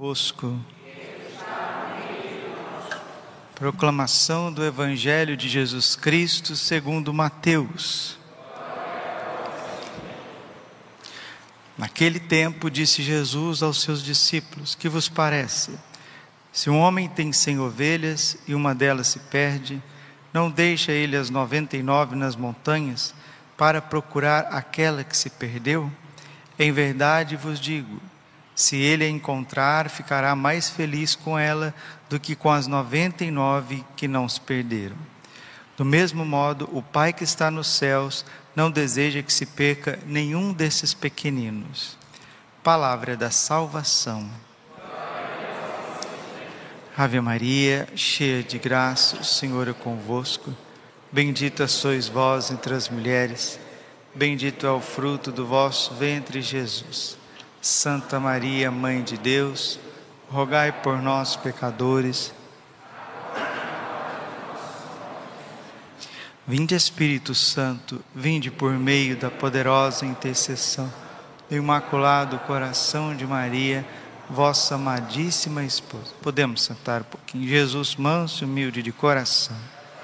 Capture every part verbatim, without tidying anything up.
Convosco. Proclamação do Evangelho de Jesus Cristo segundo Mateus. Naquele tempo disse Jesus aos seus discípulos: que vos parece? Se um homem tem cem ovelhas e uma delas se perde, não deixa ele as noventa e nove nas montanhas para procurar aquela que se perdeu? Em verdade vos digo, se ele a encontrar, ficará mais feliz com ela do que com as noventa e nove que não se perderam. Do mesmo modo, o Pai que está nos céus não deseja que se perca nenhum desses pequeninos. Palavra da salvação. Ave Maria, cheia de graça, o Senhor é convosco. Bendita sois vós entre as mulheres, bendito é o fruto do vosso ventre, Jesus. Santa Maria, Mãe de Deus, rogai por nós, pecadores. Vinde, Espírito Santo, vinde por meio da poderosa intercessão do Imaculado Coração de Maria, vossa amadíssima esposa. Podemos sentar um pouquinho. Jesus, manso e humilde de coração.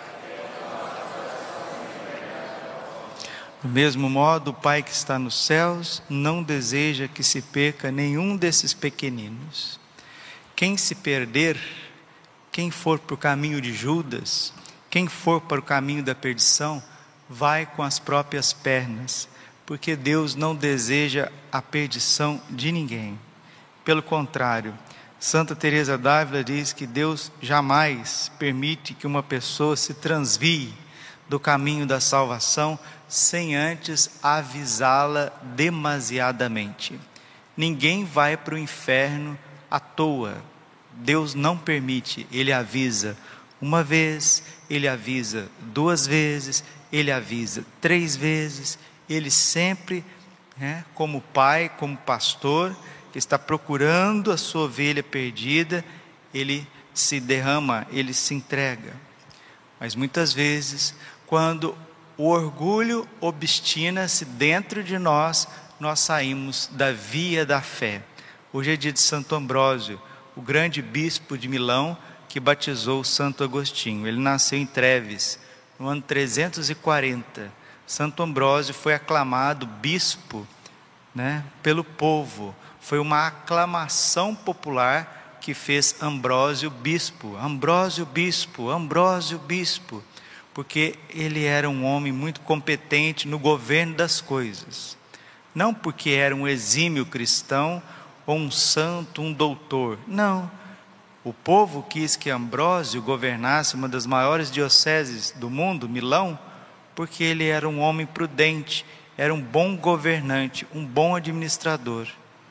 Do mesmo modo, o Pai que está nos céus não deseja que se perca nenhum desses pequeninos. Quem se perder, quem for para o caminho de Judas, quem for para o caminho da perdição, vai com as próprias pernas, porque Deus não deseja a perdição de ninguém. Pelo contrário, Santa Teresa d'Ávila diz que Deus jamais permite que uma pessoa se transvie do caminho da salvação sem antes avisá-la demasiadamente. Ninguém vai para o inferno à toa. Deus não permite, Ele avisa uma vez, Ele avisa duas vezes, Ele avisa três vezes. Ele sempre, né, como pai, como pastor, que está procurando a sua ovelha perdida, Ele se derrama, Ele se entrega. Mas muitas vezes, quando o orgulho obstina-se dentro de nós, nós saímos da via da fé. Hoje é dia de Santo Ambrósio, o grande bispo de Milão, que batizou Santo Agostinho. Ele nasceu em Treves, no ano trezentos e quarenta. Santo Ambrósio foi aclamado bispo, né, pelo povo. Foi uma aclamação popular que fez Ambrósio bispo. Ambrósio bispo, Ambrósio bispo. Porque ele era um homem muito competente no governo das coisas. Não porque era um exímio cristão, ou um santo, um doutor. Não. O povo quis que Ambrósio governasse uma das maiores dioceses do mundo, Milão, porque ele era um homem prudente, era um bom governante, um bom administrador.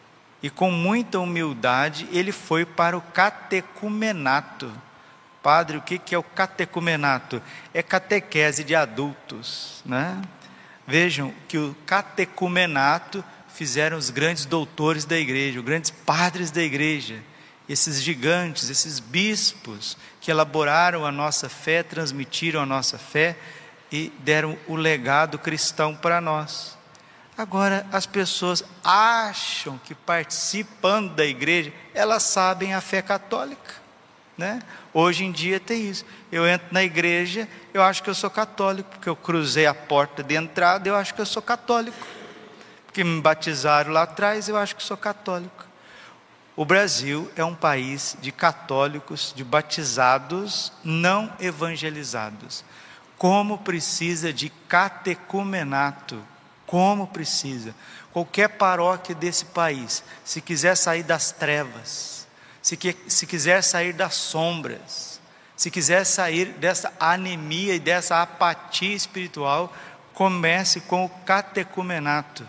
E com muita humildade, ele foi para o catecumenato. Padre, o que é o catecumenato? É catequese de adultos, né? Vejam que o catecumenato fizeram os grandes doutores da igreja, os grandes padres da igreja, esses gigantes, esses bispos que elaboraram a nossa fé, transmitiram a nossa fé e deram o legado cristão para nós. Agora as pessoas acham que participando da igreja, elas sabem a fé católica. Né? Hoje em dia tem isso. Eu entro na igreja, eu acho que eu sou católico, porque eu cruzei a porta de entrada, eu acho que eu sou católico. Porque me batizaram lá atrás, eu acho que sou católico. O Brasil é um país de católicos, de batizados não evangelizados. Como precisa de catecumenato? Como precisa? Qualquer paróquia desse país, se quiser sair das trevas, Se, que, se quiser sair das sombras, se quiser sair dessa anemia e dessa apatia espiritual, comece com o catecumenato.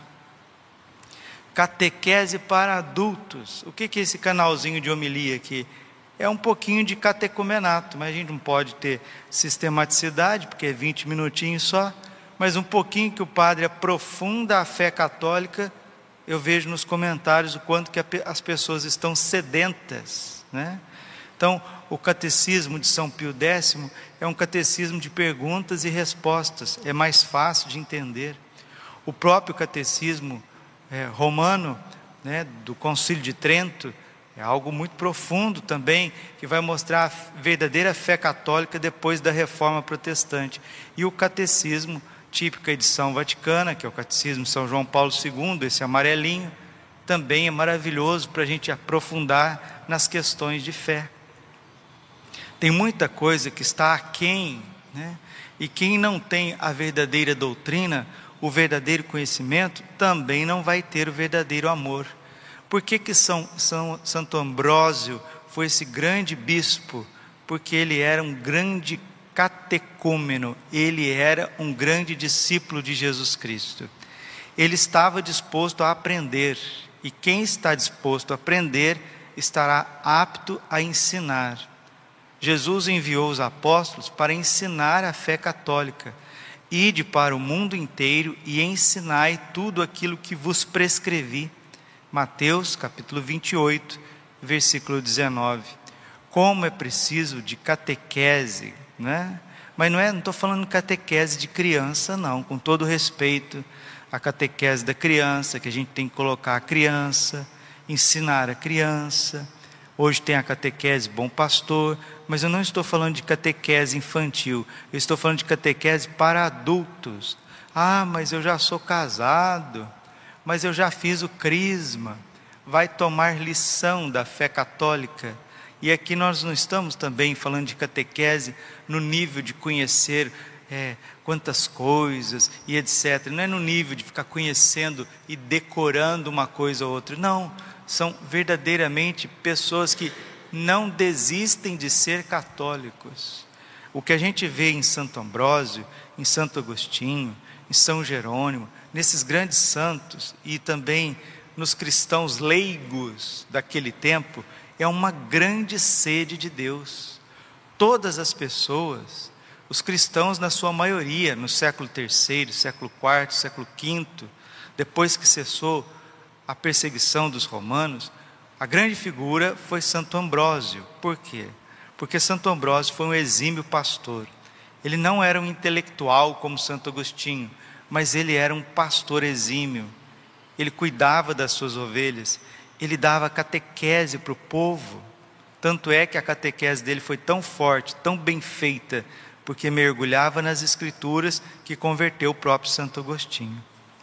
Catequese para adultos. O que, que é esse canalzinho de homilia aqui? É um pouquinho de catecumenato, mas a gente não pode ter sistematicidade, porque é vinte minutinhos só, mas um pouquinho que o padre aprofunda a fé católica. Eu vejo nos comentários o quanto que as pessoas estão sedentas, né? Então, o catecismo de São Pio X é um catecismo de perguntas e respostas, é mais fácil de entender. O próprio catecismo é, romano, né, do Concílio de Trento, É algo muito profundo também, que vai mostrar a verdadeira fé católica depois da Reforma Protestante. E o Catecismo, típica edição vaticana, que é o Catecismo de São João Paulo segundo, esse amarelinho, também é maravilhoso para a gente aprofundar nas questões de fé. Tem muita coisa que está aquém, né? E quem não tem a verdadeira doutrina, o verdadeiro conhecimento, também não vai ter o verdadeiro amor. Por que que São, São, Santo Ambrósio foi esse grande bispo? Porque ele era um grande catecúmeno, ele era um grande discípulo de Jesus Cristo. Ele estava disposto a aprender, e quem está disposto a aprender, estará apto a ensinar. Jesus enviou os apóstolos para ensinar a fé católica. Ide para o mundo inteiro e ensinai tudo aquilo que vos prescrevi. Mateus capítulo vinte e oito, versículo dezenove. Como é preciso de catequese, né? Mas não é, não estou falando de catequese de criança, não, com todo respeito, a catequese da criança, que a gente tem que colocar a criança, ensinar a criança. Hoje tem a catequese Bom Pastor, mas eu não estou falando de catequese infantil, eu estou falando de catequese para adultos. Ah, mas eu já sou casado, mas eu já fiz o crisma. Vai tomar lição da fé católica. E aqui nós não estamos também falando de catequese no nível de conhecer é, quantas coisas e etcétera. Não é no nível de ficar conhecendo e decorando uma coisa ou outra. Não, são verdadeiramente pessoas que não desistem de ser católicos. O que a gente vê em Santo Ambrósio, em Santo Agostinho, em São Jerônimo, nesses grandes santos e também nos cristãos leigos daquele tempo, é uma grande sede de Deus. Todas as pessoas, os cristãos na sua maioria, no século terceiro, século quarto, século quinto, depois que cessou a perseguição dos romanos, a grande figura foi Santo Ambrósio. Por quê? Porque Santo Ambrósio foi um exímio pastor. Ele não era um intelectual como Santo Agostinho, mas ele era um pastor exímio. Ele cuidava das suas ovelhas, ele dava catequese para o povo. Tanto é que a catequese dele foi tão forte, tão bem feita, porque mergulhava nas escrituras, que converteu o próprio Santo Agostinho.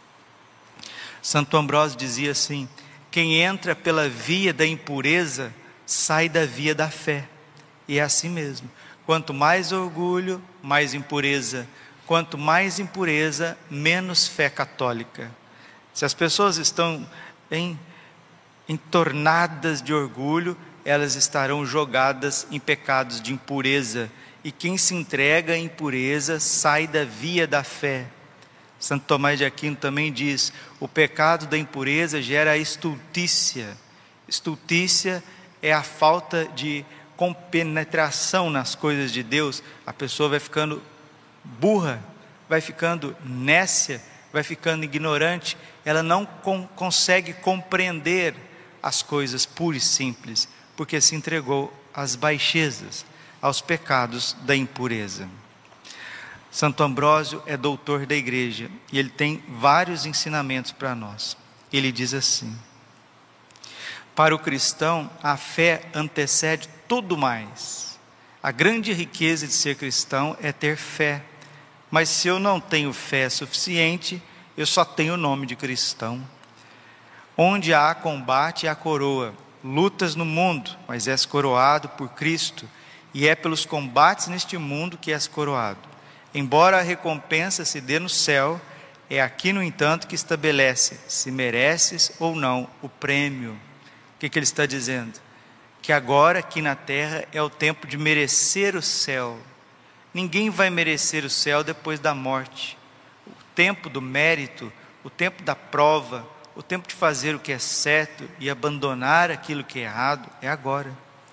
Santo Ambrósio dizia assim: quem entra pela via da impureza, sai da via da fé. E é assim mesmo. Quanto mais orgulho, mais impureza. Quanto mais impureza, menos fé católica. Se as pessoas estão em, entornadas de orgulho, elas estarão jogadas em pecados de impureza. E quem se entrega à impureza, sai da via da fé. Santo Tomás de Aquino também diz: o pecado da impureza gera a estultícia. Estultícia é a falta de compenetração nas coisas de Deus. A pessoa vai ficando burra, vai ficando nécia, vai ficando ignorante. Ela não com, consegue compreender as coisas puras e simples, porque se entregou às baixezas, aos pecados da impureza. Santo Ambrósio é doutor da igreja e ele tem vários ensinamentos para nós. Ele diz assim: para o cristão, a fé antecede tudo mais. A grande riqueza de ser cristão é ter fé. Mas se eu não tenho fé suficiente, eu só tenho o nome de cristão. Onde há combate, há coroa. Lutas no mundo, mas és coroado por Cristo. E é pelos combates neste mundo que és coroado. Embora a recompensa se dê no céu, é aqui, no entanto, que estabelece se mereces ou não o prêmio. O que, que ele está dizendo? Que agora, aqui na terra, é o tempo de merecer o céu. Ninguém vai merecer o céu depois da morte. O tempo do mérito, o tempo da prova, o tempo de fazer o que é certo e abandonar aquilo que é errado, é agora.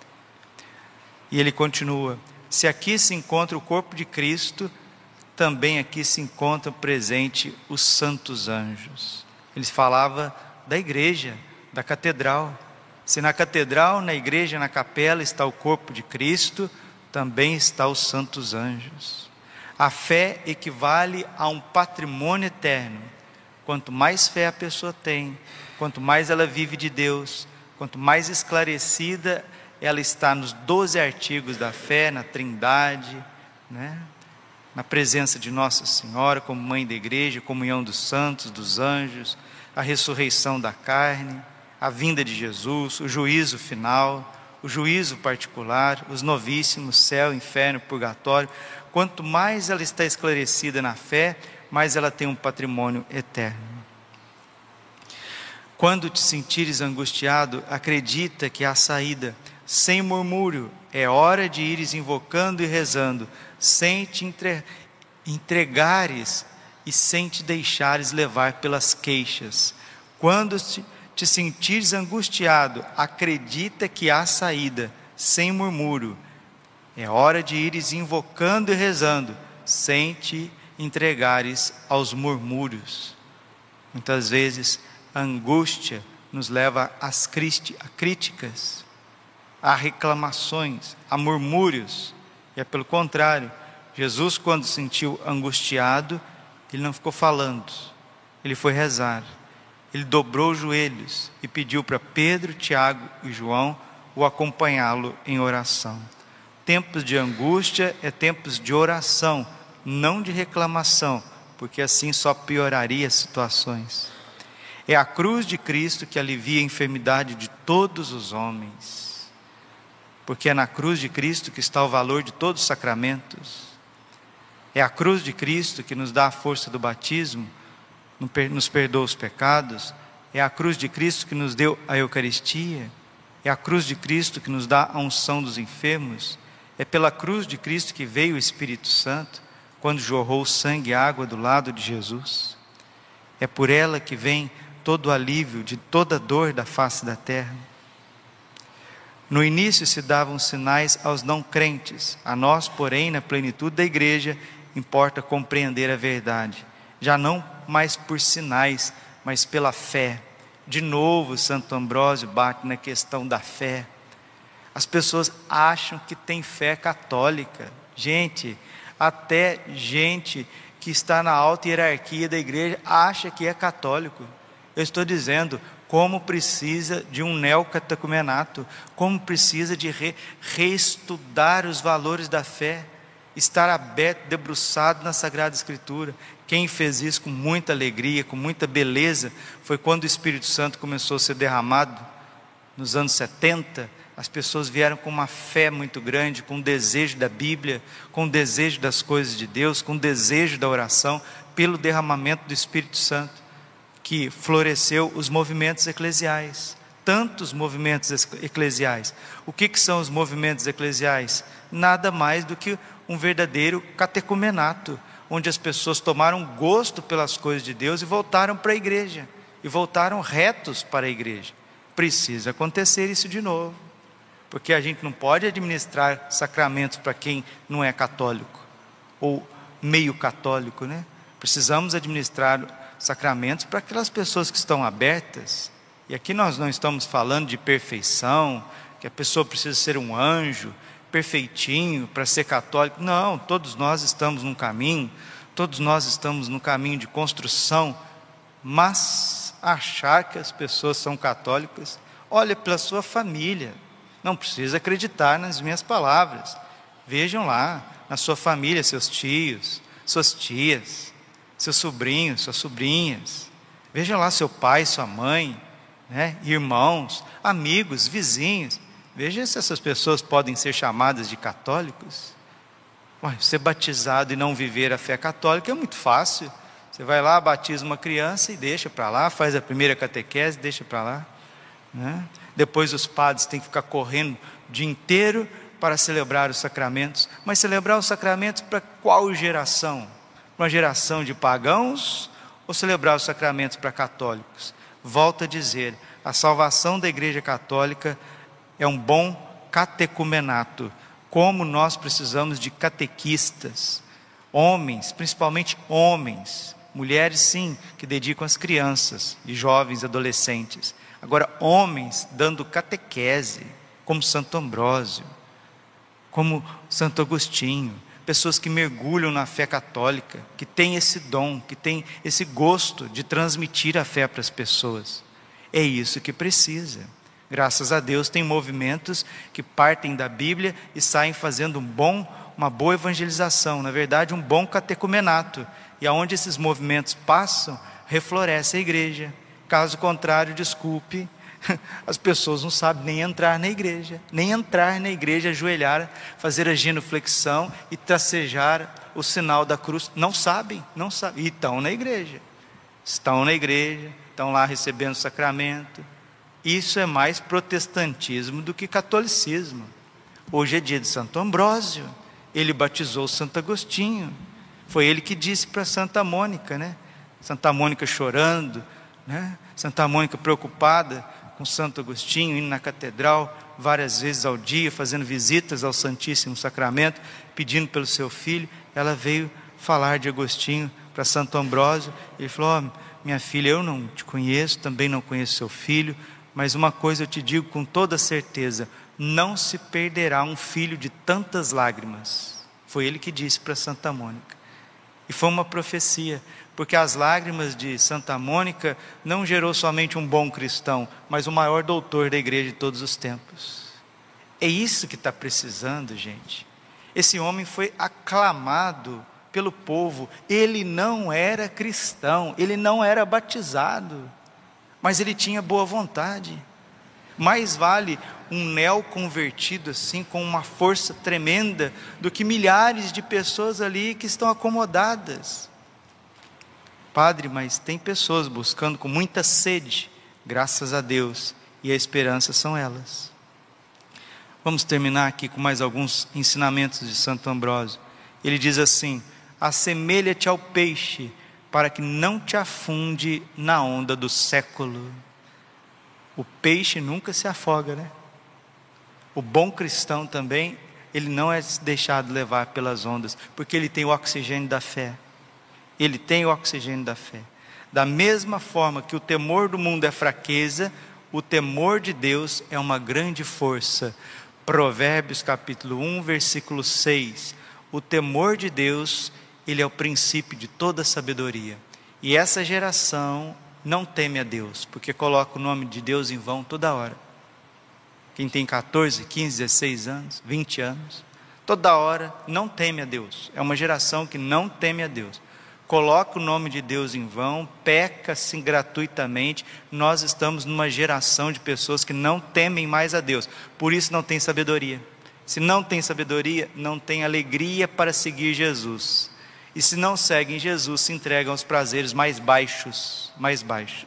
E ele continua: se aqui se encontra o corpo de Cristo, também aqui se encontram presente os santos anjos. Ele falava da igreja, da catedral. Se na catedral, na igreja, na capela está o corpo de Cristo, também está os santos anjos. A fé equivale a um patrimônio eterno. Quanto mais fé a pessoa tem, quanto mais ela vive de Deus, quanto mais esclarecida ela está nos doze artigos da fé, na Trindade, né? Na presença de Nossa Senhora como mãe da igreja, comunhão dos santos, dos anjos, a ressurreição da carne, a vinda de Jesus, o juízo final, o juízo particular, os novíssimos, céu, inferno, purgatório. Quanto mais ela está esclarecida na fé, mais ela tem um patrimônio eterno. Quando te sentires angustiado, acredita que há saída, sem murmúrio. É hora de ires invocando e rezando, sem te entre... entregares e sem te deixares levar pelas queixas. Quando te sentires angustiado, acredita que há saída, sem murmúrio. É hora de ires invocando e rezando, sem te entregares aos murmúrios. Muitas vezes a angústia nos leva às críticas, a reclamações, a murmúrios. E é pelo contrário, Jesus, quando se sentiu angustiado, ele não ficou falando, ele foi rezar. Ele dobrou os joelhos e pediu para Pedro, Tiago e João o acompanhá-lo em oração. Tempos de angústia é tempos de oração, não de reclamação, porque assim só pioraria as situações. É a cruz de Cristo que alivia a enfermidade de todos os homens, porque é na cruz de Cristo que está o valor de todos os sacramentos. É a cruz de Cristo que nos dá a força do batismo, nos perdoa os pecados. É a cruz de Cristo que nos deu a Eucaristia. É a cruz de Cristo que nos dá a unção dos enfermos. É pela cruz de Cristo que veio o Espírito Santo, quando jorrou sangue e água do lado de Jesus. É por ela que vem todo o alívio de toda dor da face da terra. No início se davam sinais aos não crentes. A nós, porém, na plenitude da igreja, importa compreender a verdade. Já não mais por sinais, mas pela fé. De novo, Santo Ambrósio bate na questão da fé. As pessoas acham que tem fé católica. Gente, até gente que está na alta hierarquia da igreja acha que é católico. Eu estou dizendo como precisa de um neocatecumenato, como precisa de re, reestudar os valores da fé, estar aberto, debruçado na Sagrada Escritura. Quem fez isso com muita alegria, com muita beleza, foi quando o Espírito Santo começou a ser derramado, nos anos setenta, as pessoas vieram com uma fé muito grande, com um desejo da Bíblia, com um desejo das coisas de Deus, com um desejo da oração, pelo derramamento do Espírito Santo, que floresceu os movimentos eclesiais, tantos movimentos eclesiais. O que, que são os movimentos eclesiais? Nada mais do que um verdadeiro catecumenato, onde as pessoas tomaram gosto pelas coisas de Deus e voltaram para a igreja, e voltaram retos para a igreja. Precisa acontecer isso de novo, porque a gente não pode administrar sacramentos para quem não é católico, ou meio católico, né? Precisamos administrar sacramentos para aquelas pessoas que estão abertas. E aqui nós não estamos falando de perfeição, que a pessoa precisa ser um anjo perfeitinho para ser católico. Não, todos nós estamos num caminho, todos nós estamos num caminho de construção, mas achar que as pessoas são católicas, olha pela sua família, não precisa acreditar nas minhas palavras. Vejam lá, na sua família, seus tios, suas tias, seus sobrinhos, suas sobrinhas. Vejam lá seu pai, sua mãe, né? Irmãos, amigos, vizinhos. Veja se essas pessoas podem ser chamadas de católicos. Ué, ser batizado e não viver a fé católica é muito fácil. Você vai lá, batiza uma criança e deixa para lá, faz a primeira catequese e deixa para lá, né? Depois os padres têm que ficar correndo o dia inteiro para celebrar os sacramentos. Mas celebrar os sacramentos para qual geração? Uma geração de pagãos ou celebrar os sacramentos para católicos? Volto a dizer, a salvação da Igreja Católica é um bom catecumenato. Como nós precisamos de catequistas, homens, principalmente homens, mulheres sim, que dedicam às crianças e jovens, adolescentes. Agora homens dando catequese, como Santo Ambrósio, como Santo Agostinho, pessoas que mergulham na fé católica, que têm esse dom, que têm esse gosto de transmitir a fé para as pessoas. É isso que precisa. Graças a Deus tem movimentos que partem da Bíblia e saem fazendo um bom, uma boa evangelização, na verdade um bom catecumenato, e aonde esses movimentos passam, refloresce a igreja. Caso contrário, desculpe, as pessoas não sabem nem entrar na igreja, nem entrar na igreja, ajoelhar, fazer a genuflexão e tracejar o sinal da cruz, não sabem, não sabem, e estão na igreja, estão na igreja, estão lá recebendo o sacramento. Isso é mais protestantismo do que catolicismo. Hoje é dia de Santo Ambrósio, ele batizou Santo Agostinho, foi ele que disse para Santa Mônica, né? Santa Mônica chorando, né? Santa Mônica preocupada com Santo Agostinho, indo na catedral várias vezes ao dia, fazendo visitas ao Santíssimo Sacramento, pedindo pelo seu filho. Ela veio falar de Agostinho para Santo Ambrósio. Ele falou: oh, minha filha, eu não te conheço, também não conheço seu filho, mas uma coisa eu te digo com toda certeza: não se perderá um filho de tantas lágrimas. Foi ele que disse para Santa Mônica. E foi uma profecia, porque as lágrimas de Santa Mônica não gerou somente um bom cristão, mas o maior doutor da igreja de todos os tempos. É isso que está precisando, gente. Esse homem foi aclamado pelo povo. Ele não era cristão, ele não era batizado, mas ele tinha boa vontade. Mais vale um neoconvertido assim, com uma força tremenda, do que milhares de pessoas ali que estão acomodadas. Padre, mas tem pessoas buscando com muita sede, graças a Deus, e a esperança são elas. Vamos terminar aqui com mais alguns ensinamentos de Santo Ambrósio. Ele diz assim: assemelha-te ao peixe, para que não te afunde na onda do século. O peixe nunca se afoga, né? O bom cristão também, ele não é deixado levar pelas ondas, porque ele tem o oxigênio da fé. Ele tem o oxigênio da fé. Da mesma forma que o temor do mundo é fraqueza, o temor de Deus é uma grande força. Provérbios capítulo um, versículo seis. O temor de Deus, ele é o princípio de toda sabedoria. E essa geração não teme a Deus, porque coloca o nome de Deus em vão toda hora. Quem tem catorze, quinze, dezesseis anos, vinte anos, toda hora não teme a Deus. É uma geração que não teme a Deus. Coloca o nome de Deus em vão, peca assim gratuitamente. Nós estamos numa geração de pessoas que não temem mais a Deus, por isso não tem sabedoria. Se não tem sabedoria, não tem alegria para seguir Jesus. E se não seguem Jesus, se entregam aos prazeres mais baixos, mais baixos.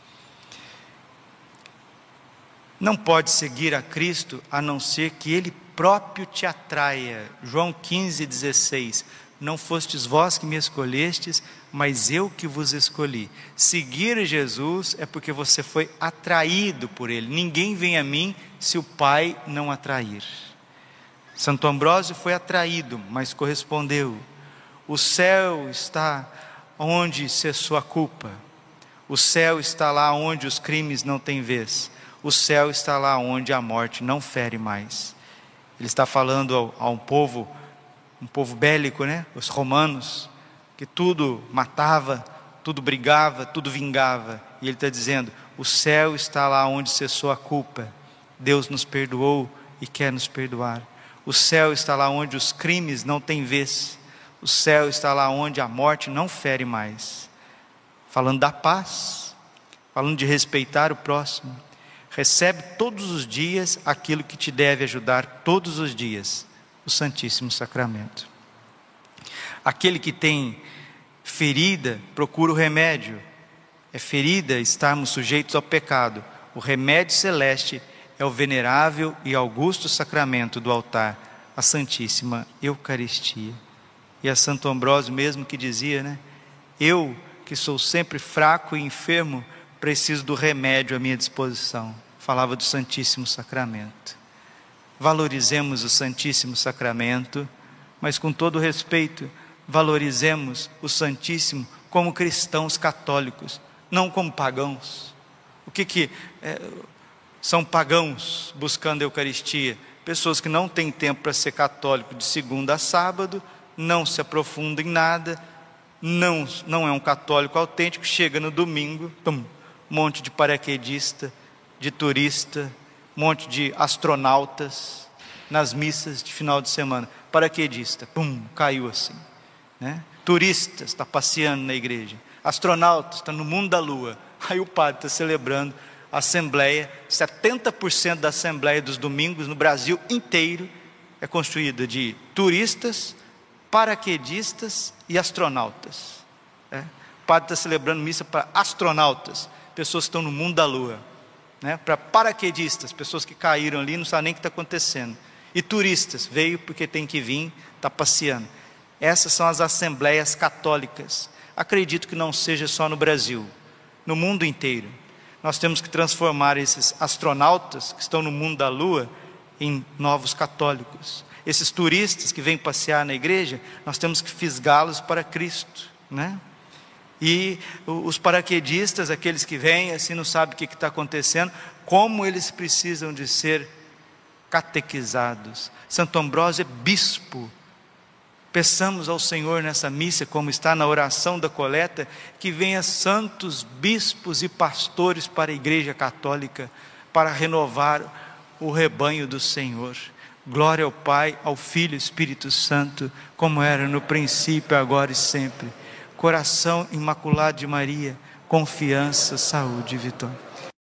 Não pode seguir a Cristo a não ser que Ele próprio te atraia. João quinze, dezesseis. Não fostes vós que me escolhestes, mas eu que vos escolhi. Seguir Jesus é porque você foi atraído por Ele. Ninguém vem a mim se o Pai não atrair. Santo Ambrósio foi atraído, mas correspondeu. O céu está onde cessou a culpa. O céu está lá onde os crimes não têm vez. O céu está lá onde a morte não fere mais. Ele está falando ao, a um povo, um povo bélico, né? Os romanos, que tudo matava, tudo brigava, tudo vingava. E ele está dizendo: o céu está lá onde cessou a culpa. Deus nos perdoou e quer nos perdoar. O céu está lá onde os crimes não têm vez. O céu está lá onde a morte não fere mais. Falando da paz, falando de respeitar o próximo. Recebe todos os dias aquilo que te deve ajudar todos os dias, o Santíssimo Sacramento. Aquele que tem ferida, procura o remédio. É ferida, estarmos sujeitos ao pecado. O remédio celeste é o venerável e augusto sacramento do altar, a Santíssima Eucaristia. E a Santo Ambrósio mesmo que dizia, né? Eu, que sou sempre fraco e enfermo, preciso do remédio à minha disposição. Falava do Santíssimo Sacramento. Valorizemos o Santíssimo Sacramento, mas com todo respeito, valorizemos o Santíssimo como cristãos católicos, não como pagãos. O que que é, são pagãos buscando a Eucaristia? Pessoas que não têm tempo para ser católico de segunda a sábado, não se aprofundam em nada, não, não é um católico autêntico, chega no domingo, tum, um monte de paraquedista, de turista, um monte de astronautas nas missas de final de semana. Paraquedista, pum, caiu assim, né? Turistas, está passeando na igreja. Astronautas, está no mundo da lua. Aí o padre está celebrando a assembleia. setenta por cento da assembleia dos domingos no Brasil inteiro é construída de turistas, paraquedistas e astronautas. É? O padre está celebrando missa para astronautas, pessoas que estão no mundo da lua, né? Para paraquedistas, pessoas que caíram ali, não sabem nem o que está acontecendo. E turistas, veio porque tem que vir, está passeando. Essas são as assembleias católicas. Acredito que não seja só no Brasil, no mundo inteiro. Nós temos que transformar esses astronautas que estão no mundo da lua em novos católicos. Esses turistas que vêm passear na igreja, nós temos que fisgá-los para Cristo, né? E os paraquedistas, aqueles que vêm assim, não sabem o que está acontecendo, como eles precisam de ser catequizados. Santo Ambrósio é bispo. Peçamos ao Senhor nessa missa, como está na oração da coleta, que venha santos bispos e pastores para a Igreja Católica, para renovar o rebanho do Senhor. Glória ao Pai, ao Filho e ao Espírito Santo, como era no princípio, agora e sempre. Coração imaculado de Maria, confiança, saúde e vitória.